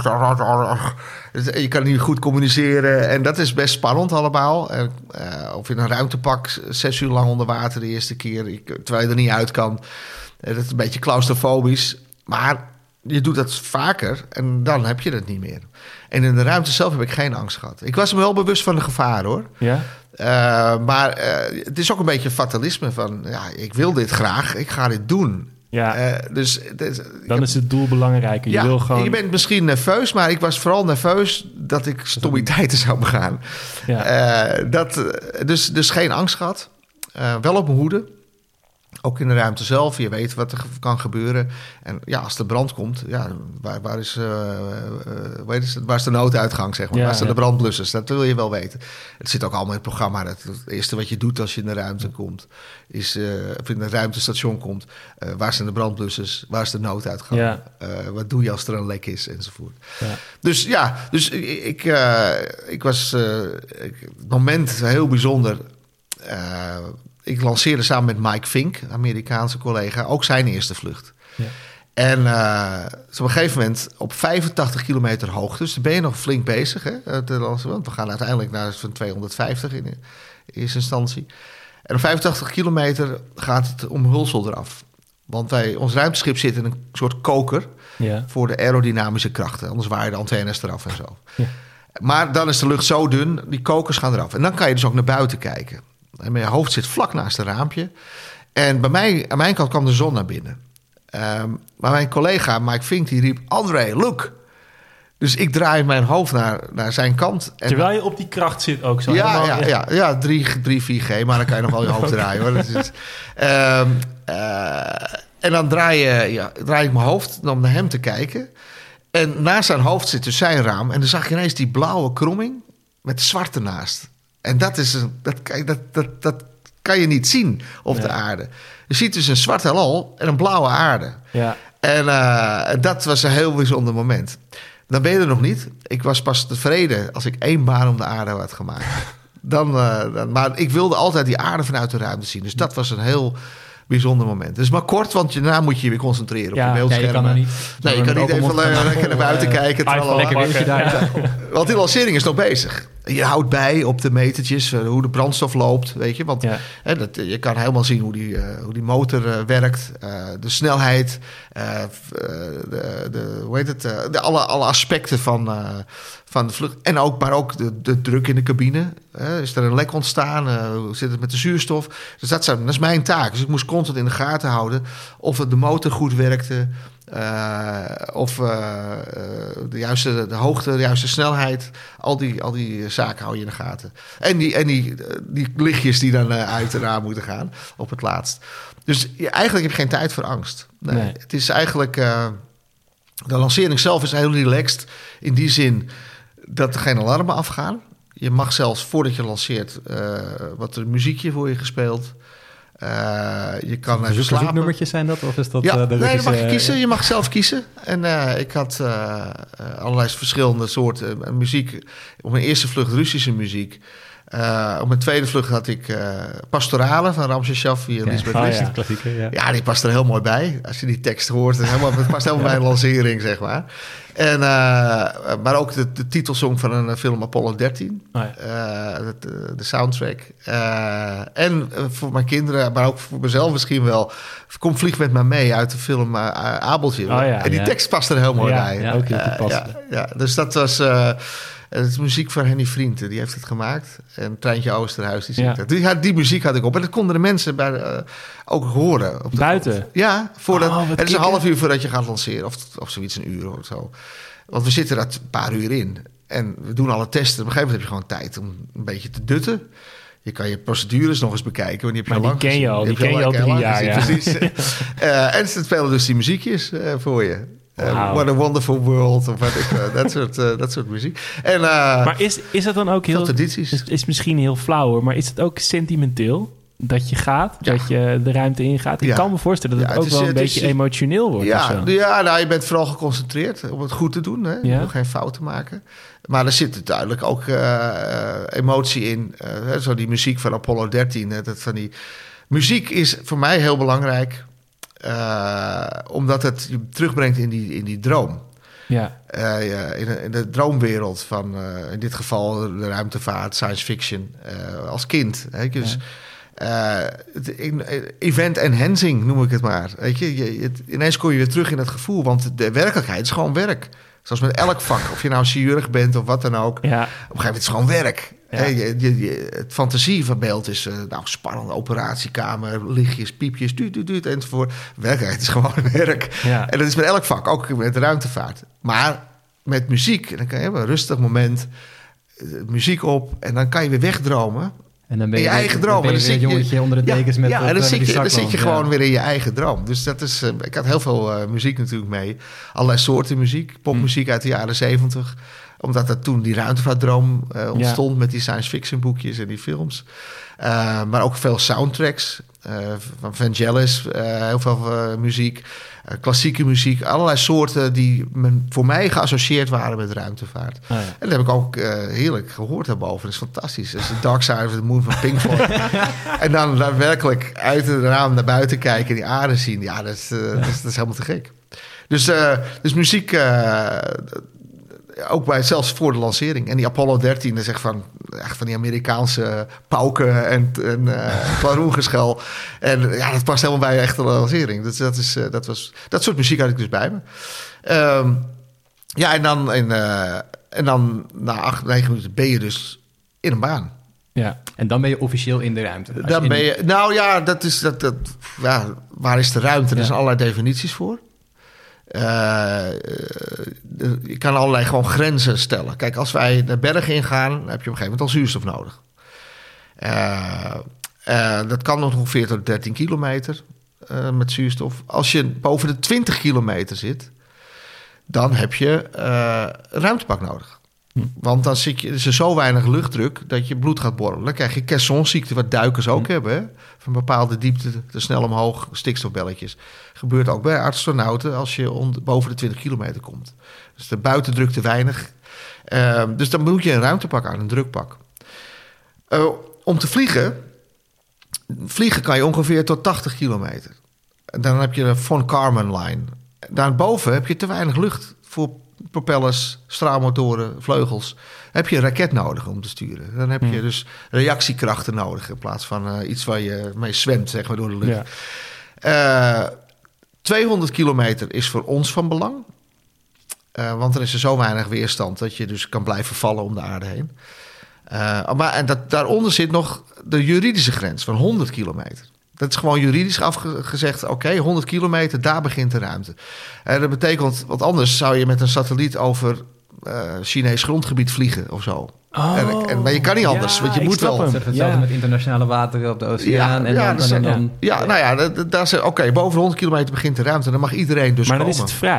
Je kan niet goed communiceren. En dat is best spannend allemaal. Of in een ruimtepak 6 uur lang onder water de eerste keer. Terwijl je er niet uit kan. Dat is een beetje claustrofobisch. Maar je doet dat vaker en dan heb je dat niet meer. En in de ruimte zelf heb ik geen angst gehad. Ik was me wel bewust van de gevaar, hoor. Ja? Maar het is ook een beetje fatalisme van... ik wil dit graag, ik ga dit doen. Ja. Dan is het doel belangrijker. Je bent misschien nerveus, maar ik was vooral nerveus... dat ik stommiteiten zou begaan. Ja. Dus geen angst gehad. Wel op mijn hoede. Ook in de ruimte zelf, je weet wat er kan gebeuren. En als er brand komt, waar is de nooduitgang, zeg maar? Waar zijn de brandblussers? Dat wil je wel weten. Het zit ook allemaal in het programma. Het eerste wat je doet als je in de ruimte komt, of in een ruimtestation komt, waar zijn de brandblussers? Waar is de nooduitgang? Ja. Wat doe je als er een lek is? Enzovoort. Ja. Dus ik was het moment heel bijzonder. Ik lanceerde samen met Mike Fink, Amerikaanse collega, ook zijn eerste vlucht. Ja. En op een gegeven moment op 85 kilometer hoogte, dus dan ben je nog flink bezig. Hè, want we gaan uiteindelijk naar van 250 in eerste instantie. En op 85 kilometer gaat het omhulsel eraf. Want ons ruimteschip zit in een soort koker voor de aerodynamische krachten. Anders waaien de antennes eraf en zo. Ja. Maar dan is de lucht zo dun, die kokers gaan eraf. En dan kan je dus ook naar buiten kijken. En mijn hoofd zit vlak naast een raampje. En aan mijn kant kwam de zon naar binnen. Maar mijn collega Mike Fink die riep... André, look! Dus ik draai mijn hoofd naar zijn kant. En terwijl je op die kracht zit ook zo. Ja, 3, 4G. Maar dan kan je nog wel je hoofd draaien. Hoor. En dan draai ik mijn hoofd om naar hem te kijken. En naast zijn hoofd zit dus zijn raam. En dan zag ik ineens die blauwe kromming met zwart ernaast. En dat kan je niet zien op de aarde. Je ziet dus een zwart heelal en een blauwe aarde. Ja. En dat was een heel bijzonder moment. Dan ben je er nog niet. Ik was pas tevreden als ik 1 baan om de aarde had gemaakt. Maar ik wilde altijd die aarde vanuit de ruimte zien. Dus dat was een heel bijzonder moment. Dus maar kort, want daarna moet je je weer concentreren op je beeldscherm. Je kan er niet. Nee, je kan niet even lekker naar buiten kijken. Want die lancering is nog bezig. Je houdt bij op de metertjes, hoe de brandstof loopt, weet je. Want je kan helemaal zien hoe die motor werkt, de snelheid, alle aspecten van de vlucht. En maar ook de druk in de cabine. Is er een lek ontstaan? Hoe zit het met de zuurstof? Dus dat is mijn taak. Dus ik moest constant in de gaten houden of de motor goed werkte. Of de hoogte, de juiste snelheid. Al die zaken hou je in de gaten. En die lichtjes die dan uit en aan moeten gaan op het laatst. Dus eigenlijk heb je geen tijd voor angst. Nee. Het is eigenlijk... de lancering zelf is heel relaxed. In die zin dat er geen alarmen afgaan. Je mag zelfs voordat je lanceert... wat er muziekje voor je gespeeld... Je kan even slapen. Verzoeknummertjes zijn dat? Of is dat Ja, de nee, Russische... dan mag je kiezen. Je mag zelf kiezen. En ik had allerlei verschillende soorten muziek. Op mijn eerste vlucht Russische muziek. Op mijn tweede vlucht had ik Pastorale van Ramses Shaffi en Lisbeth List. Klassieker, Ja, die past er heel mooi bij. Als je die tekst hoort, het past helemaal bij een lancering, zeg maar. En, maar ook de titelsong van een film Apollo 13. De soundtrack. En voor mijn kinderen, maar ook voor mezelf misschien wel... Kom vlieg met me mee uit de film Abeltje. En die tekst past er heel mooi bij. Ja, ook heel toepasselijk. Dus dat was... het is muziek van Henny Vrienden, die heeft het gemaakt. En Treintje Oosterhuis, die zingt het. Die muziek had ik op. En dat konden de mensen ook horen. Op de buiten? grond. Ja, het is een half uur voordat je gaat lanceren. Of zoiets, een uur of zo. Want we zitten er een paar uur in. En we doen alle testen. Op een gegeven moment heb je gewoon tijd om een beetje te dutten. Je kan je procedures nog eens bekijken. Want die ken je al. Die ken je al 3 jaar. Ja. Precies. En ze spelen dus die muziekjes voor je. What a Wonderful World. Of dat soort muziek. En, maar is het dan ook heel... tradities. Is misschien heel flauw hoor. Maar is het ook sentimenteel? Dat je gaat, dat je de ruimte ingaat. Ik kan me voorstellen dat het ook wel een beetje emotioneel wordt. Nou, je bent vooral geconcentreerd om het goed te doen. Hè? Je wil geen fouten maken. Maar er zit duidelijk ook emotie in. Zo die muziek van Apollo 13. Muziek is voor mij heel belangrijk. Omdat het je terugbrengt in die droom. Ja. In de droomwereld van in dit geval de ruimtevaart, science fiction. Als kind. Hè? Dus... event enhancing noem ik het maar. Weet je, ineens kom je weer terug in het gevoel, want de werkelijkheid is gewoon werk. Zoals met elk vak, of je nou chirurg bent of wat dan ook. Ja. Op een gegeven moment is het gewoon werk. Ja. Het fantasie van beeld is spannende operatiekamer, lichtjes, piepjes, duut enzovoort. Werkelijkheid is gewoon werk. Ja. En dat is met elk vak, ook met de ruimtevaart. Maar met muziek, dan kan je hebben een rustig moment, muziek op en dan kan je weer wegdromen. En dan ben je eigen droom. Dan ben je een jongetje onder de dekens met en dan zit je gewoon weer in je eigen droom. Dus dat is... ik had heel veel muziek natuurlijk mee. Allerlei soorten muziek. Popmuziek uit de jaren 70. Omdat er toen die ruimtevaartdroom ontstond... met die science fiction boekjes en die films. Maar ook veel soundtracks. Van Vangelis. Heel veel muziek. Klassieke muziek. Allerlei soorten die voor mij geassocieerd waren met ruimtevaart. En dat heb ik ook heerlijk gehoord daarboven. Dat is fantastisch. Dat is de Dark Side of the Moon van Pink Floyd. En dan daadwerkelijk uit het raam naar buiten kijken en die aarde zien. Ja, dat is helemaal te gek. Dus muziek... ook zelfs voor de lancering. En die Apollo 13, dat is echt van die Amerikaanse pauken en klaroengeschel. En dat past helemaal bij een echte lancering. Dus dat soort muziek had ik dus bij me. En dan na 8-9 minuten ben je dus in een baan. Ja, en dan ben je officieel in de ruimte. Waar is de ruimte? Er zijn allerlei definities voor. Je kan allerlei gewoon grenzen stellen. Kijk, als wij de bergen ingaan, dan heb je op een gegeven moment al zuurstof nodig. Dat kan nog ongeveer tot 13 kilometer met zuurstof. Als je boven de 20 kilometer zit, dan heb je een ruimtepak nodig. Want dan is er zo weinig luchtdruk dat je bloed gaat borrelen. Dan krijg je Caissonziekte, wat duikers ook hebben. Hè? Van bepaalde diepte te snel omhoog, stikstofbelletjes. Gebeurt ook bij astronauten als je boven de 20 kilometer komt. Dus de buitendruk te weinig. Dus dan moet je een ruimtepak aan, een drukpak. Om te vliegen kan je ongeveer tot 80 kilometer. En dan heb je een von Karman-line. Daarboven heb je te weinig lucht voor propellers, straalmotoren, vleugels. Heb je een raket nodig om te sturen. Dan heb je dus reactiekrachten nodig in plaats van iets waar je mee zwemt, zeg maar, door de lucht. Ja. 200 kilometer is voor ons van belang. Want er is er zo weinig weerstand dat je dus kan blijven vallen om de aarde heen. Daaronder zit nog de juridische grens van 100 kilometer. Dat is gewoon juridisch afgezegd. Oké, 100 kilometer, daar begint de ruimte. Dat betekent, want anders zou je met een satelliet over Chinees grondgebied vliegen of zo. Maar je kan niet anders, want je moet wel. Hetzelfde met internationale wateren op de oceaan. Daar boven 100 kilometer begint de ruimte. Dan mag iedereen dus maar komen. Dan is het vrij.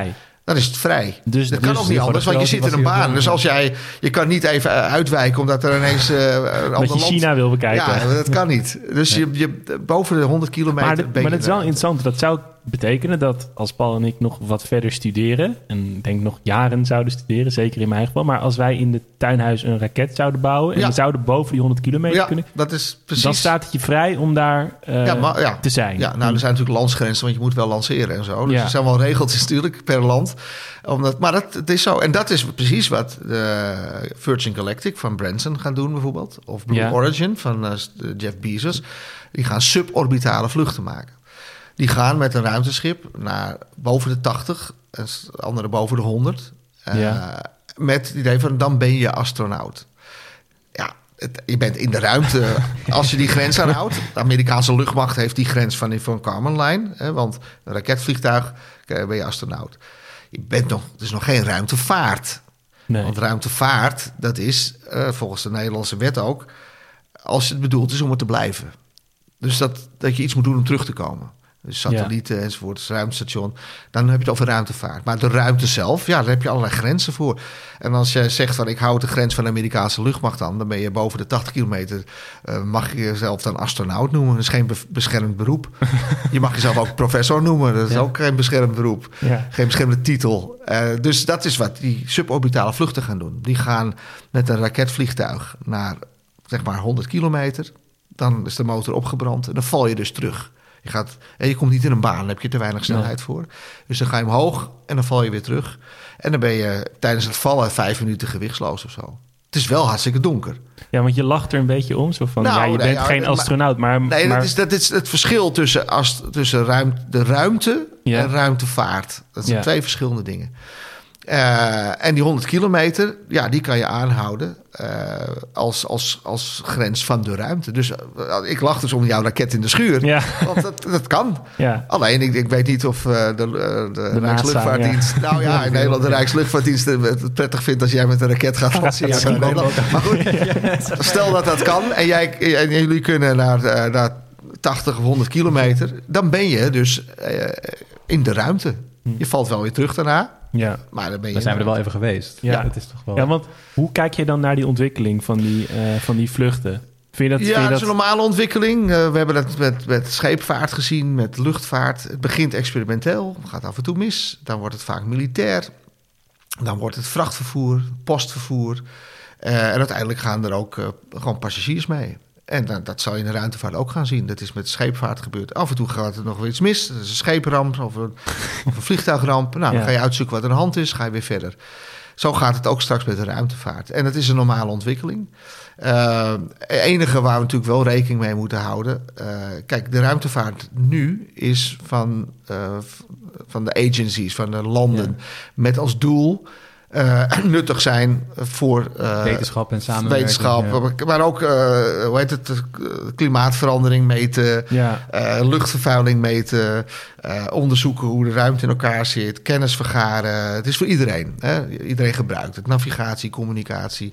dan is het vrij. Dus dat kan ook niet anders, want je zit in een baan. Dus als je kan niet even uitwijken omdat er ineens een ander land... China wil bekijken. Ja, dat kan niet. Dus je boven de 100 kilometer... Maar dat is wel interessant. Dat zou betekenen dat als Paul en ik nog wat verder studeren... en ik denk nog jaren zouden studeren, zeker in mijn geval... maar als wij in de tuinhuis een raket zouden bouwen... en we zouden boven die 100 kilometer kunnen... dat is precies... dan staat het je vrij om daar te zijn. Ja, nou, er zijn natuurlijk landsgrenzen, want je moet wel lanceren en zo. Dus er zijn wel regeltjes natuurlijk per land. Maar het is zo. En dat is precies wat Virgin Galactic van Branson gaan doen bijvoorbeeld. Of Blue Origin van Jeff Bezos. Die gaan suborbitale vluchten maken. Die gaan met een ruimteschip naar boven de 80, en andere boven de 100. Met het idee van, dan ben je astronaut. Ja, je bent in de ruimte als je die grens aanhoudt. De Amerikaanse luchtmacht heeft die grens van die Von Karman Line. Want een raketvliegtuig ben je astronaut. Het is nog geen ruimtevaart. Nee. Want ruimtevaart, dat is volgens de Nederlandse wet ook... als het bedoeld is om er te blijven. Dus dat je iets moet doen om terug te komen. Dus satellieten enzovoort, het ruimtestation. Dan heb je het over ruimtevaart. Maar de ruimte zelf, daar heb je allerlei grenzen voor. En als je zegt van ik hou de grens van de Amerikaanse luchtmacht aan... dan ben je boven de 80 kilometer... mag je jezelf dan astronaut noemen. Dat is geen beschermd beroep. Je mag jezelf ook professor noemen. Dat is ook geen beschermd beroep. Ja. Geen beschermde titel. Dus dat is wat die suborbitale vluchten gaan doen. Die gaan met een raketvliegtuig naar zeg maar 100 kilometer. Dan is de motor opgebrand en dan val je dus terug. Je komt niet in een baan, daar heb je te weinig snelheid voor. Dus dan ga je omhoog en dan val je weer terug. En dan ben je tijdens het vallen 5 minuten gewichtsloos of zo. Het is wel hartstikke donker. Ja, want je lacht er een beetje om. Zo van, je bent geen astronaut. Maar dat is het verschil tussen de ruimte en ruimtevaart. Dat zijn 2 verschillende dingen. En die 100 kilometer, die kan je aanhouden als grens van de ruimte. Dus ik lach dus om jouw raket in de schuur. Ja. Want dat kan. Ja. Alleen, ik weet niet of de Rijksluchtvaartdienst... NASA, nou ja, in Nederland de Rijksluchtvaartdienst het prettig vindt als jij met een raket gaat lanceren in Nederland. Maar goed, stel dat kan en jullie kunnen naar 80 of 100 kilometer... dan ben je dus in de ruimte. Je valt wel weer terug daarna. Ja. Maar dan zijn we er wel even geweest. Ja, dat is toch wel... want hoe kijk je dan naar die ontwikkeling van die vluchten? Vind je dat is een normale ontwikkeling. We hebben dat met scheepvaart gezien, met luchtvaart. Het begint experimenteel, gaat af en toe mis. Dan wordt het vaak militair. Dan wordt het vrachtvervoer, postvervoer. En uiteindelijk gaan er ook gewoon passagiers mee. En dat zal je in de ruimtevaart ook gaan zien. Dat is met scheepvaart gebeurd. Af en toe gaat er nog weer iets mis. Dat is een scheepramp of een vliegtuigramp. Nou, dan ga je uitzoeken wat er aan de hand is. Ga je weer verder. Zo gaat het ook straks met de ruimtevaart. En het is een normale ontwikkeling. Het enige waar we natuurlijk wel rekening mee moeten houden... kijk, de ruimtevaart nu is van de agencies, van de landen... met als doel... nuttig zijn voor wetenschap en samenwerking. Maar ook klimaatverandering meten, luchtvervuiling meten, onderzoeken hoe de ruimte in elkaar zit, kennis vergaren. Het is voor iedereen. Hè? Iedereen gebruikt het. Navigatie, communicatie.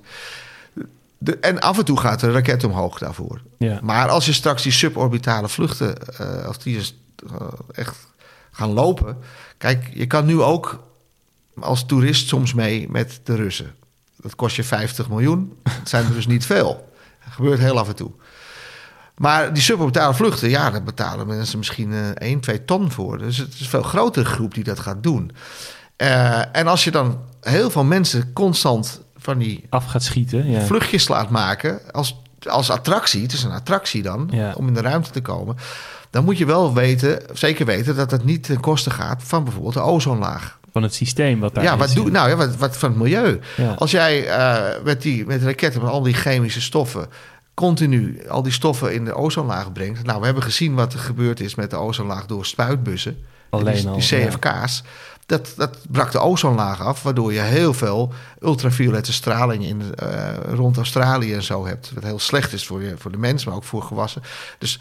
En af en toe gaat er een raket omhoog daarvoor. Ja. Maar als je straks die suborbitale vluchten, als die echt gaan lopen, kijk, je kan nu ook als toerist soms mee met de Russen. Dat kost je 50 miljoen. Dat zijn er dus niet veel. Dat gebeurt heel af en toe. Maar die suborbitale vluchten, daar betalen mensen misschien 1-2 ton voor. Dus het is een veel grotere groep die dat gaat doen. En als je dan heel veel mensen constant van die af gaat schieten, vluchtjes laat maken als attractie, het is een attractie dan, om in de ruimte te komen, dan moet je wel zeker weten dat het niet ten koste gaat van bijvoorbeeld de ozonlaag. Van het systeem wat daar is. Wat van het milieu. Ja. Als jij met raketten met al die chemische stoffen continu al die stoffen in de ozonlaag brengt. Nou, we hebben gezien wat er gebeurd is met de ozonlaag door spuitbussen. Die CFK's. Ja. Dat brak de ozonlaag af, waardoor je heel veel ultraviolette straling rond Australië en zo hebt. Wat heel slecht is voor de mens, maar ook voor gewassen. Dus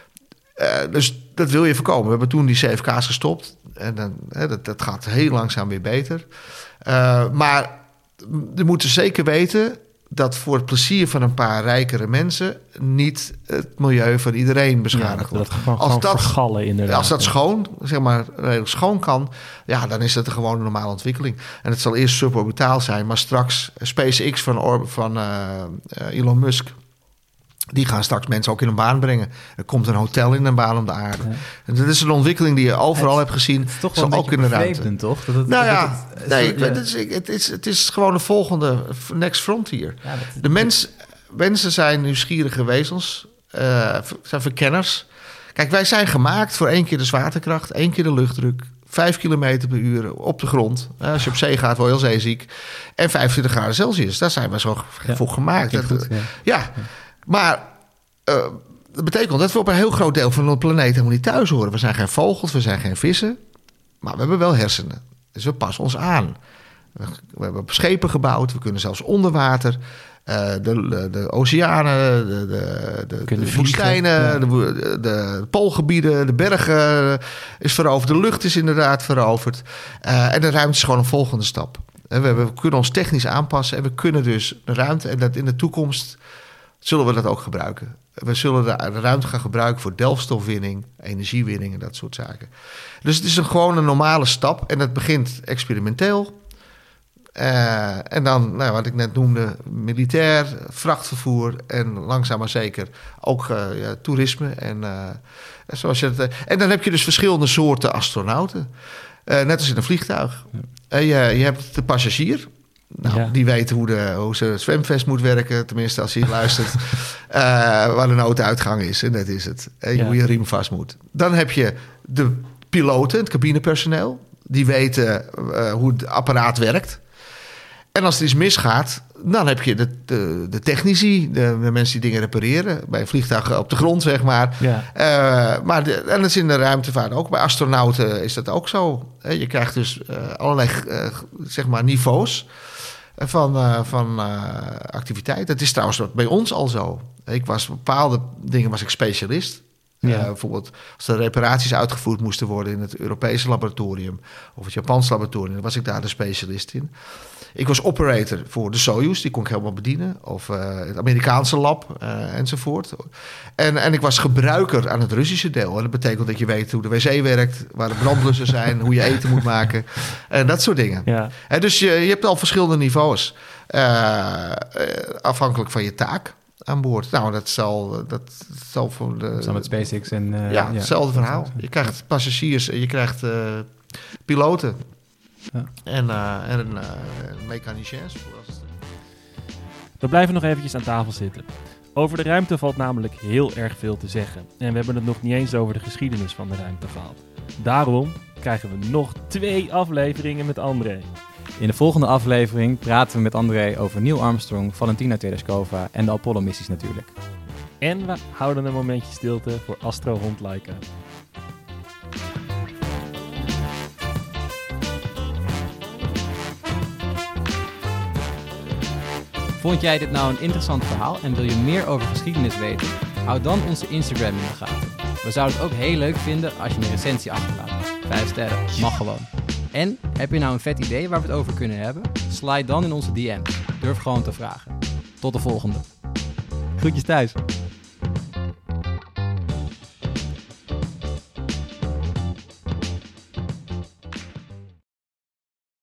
dat wil je voorkomen. We hebben toen die CFK's gestopt. En dat gaat heel langzaam weer beter. Maar je moet zeker weten dat voor het plezier van een paar rijkere mensen niet het milieu van iedereen beschadigd wordt. Dat gewoon vergallen inderdaad. Als dat schoon, zeg maar, redelijk schoon kan, ja, dan is dat gewoon een normale ontwikkeling. En het zal eerst suborbitaal zijn, maar straks SpaceX van Elon Musk, die gaan straks mensen ook in een baan brengen. Er komt een hotel in een baan om de aarde. Ja. En dat is een ontwikkeling die je overal hebt gezien. Het is toch wel een beetje bevreemdend, toch? Het is gewoon de volgende next frontier. Ja, de mensen zijn nieuwsgierige wezens, zijn verkenners. Kijk, wij zijn gemaakt voor 1 keer de zwaartekracht, 1 keer de luchtdruk, 5 kilometer per uur op de grond. Als je op zee gaat, word je heel zeeziek. En 25 graden Celsius, daar zijn we zo voor gemaakt. Ja. Maar dat betekent dat we op een heel groot deel van de planeet helemaal niet thuis horen. We zijn geen vogels, we zijn geen vissen. Maar we hebben wel hersenen. Dus we passen ons aan. We hebben schepen gebouwd. We kunnen zelfs onder water. De oceanen, de woestijnen, de poolgebieden, de bergen is veroverd. De lucht is inderdaad veroverd. En de ruimte is gewoon een volgende stap. We kunnen ons technisch aanpassen. En we kunnen dus de ruimte. En dat in de toekomst zullen we dat ook gebruiken. We zullen de ruimte gaan gebruiken voor delfstofwinning, energiewinning en dat soort zaken. Dus het is gewoon een normale stap en het begint experimenteel. En dan, wat ik net noemde, militair, vrachtvervoer en langzaam maar zeker ook toerisme. En dan heb je dus verschillende soorten astronauten. Net als in een vliegtuig. Je hebt de passagier. Die weten hoe zijn zwemvest moet werken. Tenminste, als hij luistert. Waar de nooduitgang is. En dat is het. Hoe je riem vast moet. Dan heb je de piloten, het cabinepersoneel. Die weten hoe het apparaat werkt. En als er iets misgaat, dan heb je de technici, de mensen die dingen repareren. Bij een vliegtuig op de grond, zeg maar. Ja. En dat is in de ruimtevaart ook. Bij astronauten is dat ook zo. Je krijgt dus allerlei zeg maar niveaus van activiteit. Dat is trouwens bij ons al zo. Bepaalde dingen was ik specialist. Ja. Bijvoorbeeld als er reparaties uitgevoerd moesten worden in het Europese laboratorium of het Japanse laboratorium, dan was ik daar de specialist in. Ik was operator voor de Soyuz, die kon ik helemaal bedienen. Of het Amerikaanse lab enzovoort. En ik was gebruiker aan het Russische deel. En dat betekent dat je weet hoe de wc werkt, waar de brandblussen zijn, hoe je eten moet maken. En dat soort dingen. Ja. En dus je hebt al verschillende niveaus. Afhankelijk van je taak aan boord. Nou, dat zal voor de... Zo met SpaceX en... hetzelfde verhaal. Je krijgt passagiers en je krijgt piloten. Ja. En mechaniciens. We blijven nog eventjes aan tafel zitten. Over de ruimte valt namelijk heel erg veel te zeggen. En we hebben het nog niet eens over de geschiedenis van de ruimte gehad. Daarom krijgen we nog 2 afleveringen met André. In de volgende aflevering praten we met André over Neil Armstrong, Valentina Tereshkova en de Apollo-missies natuurlijk. En we houden een momentje stilte voor astrohond Laika. Vond jij dit nou een interessant verhaal en wil je meer over geschiedenis weten? Hou dan onze Instagram in de gaten. We zouden het ook heel leuk vinden als je een recensie achterlaat. 5 sterren, mag gewoon. En heb je nou een vet idee waar we het over kunnen hebben? Slide dan in onze DM. Durf gewoon te vragen. Tot de volgende. Groetjes thuis.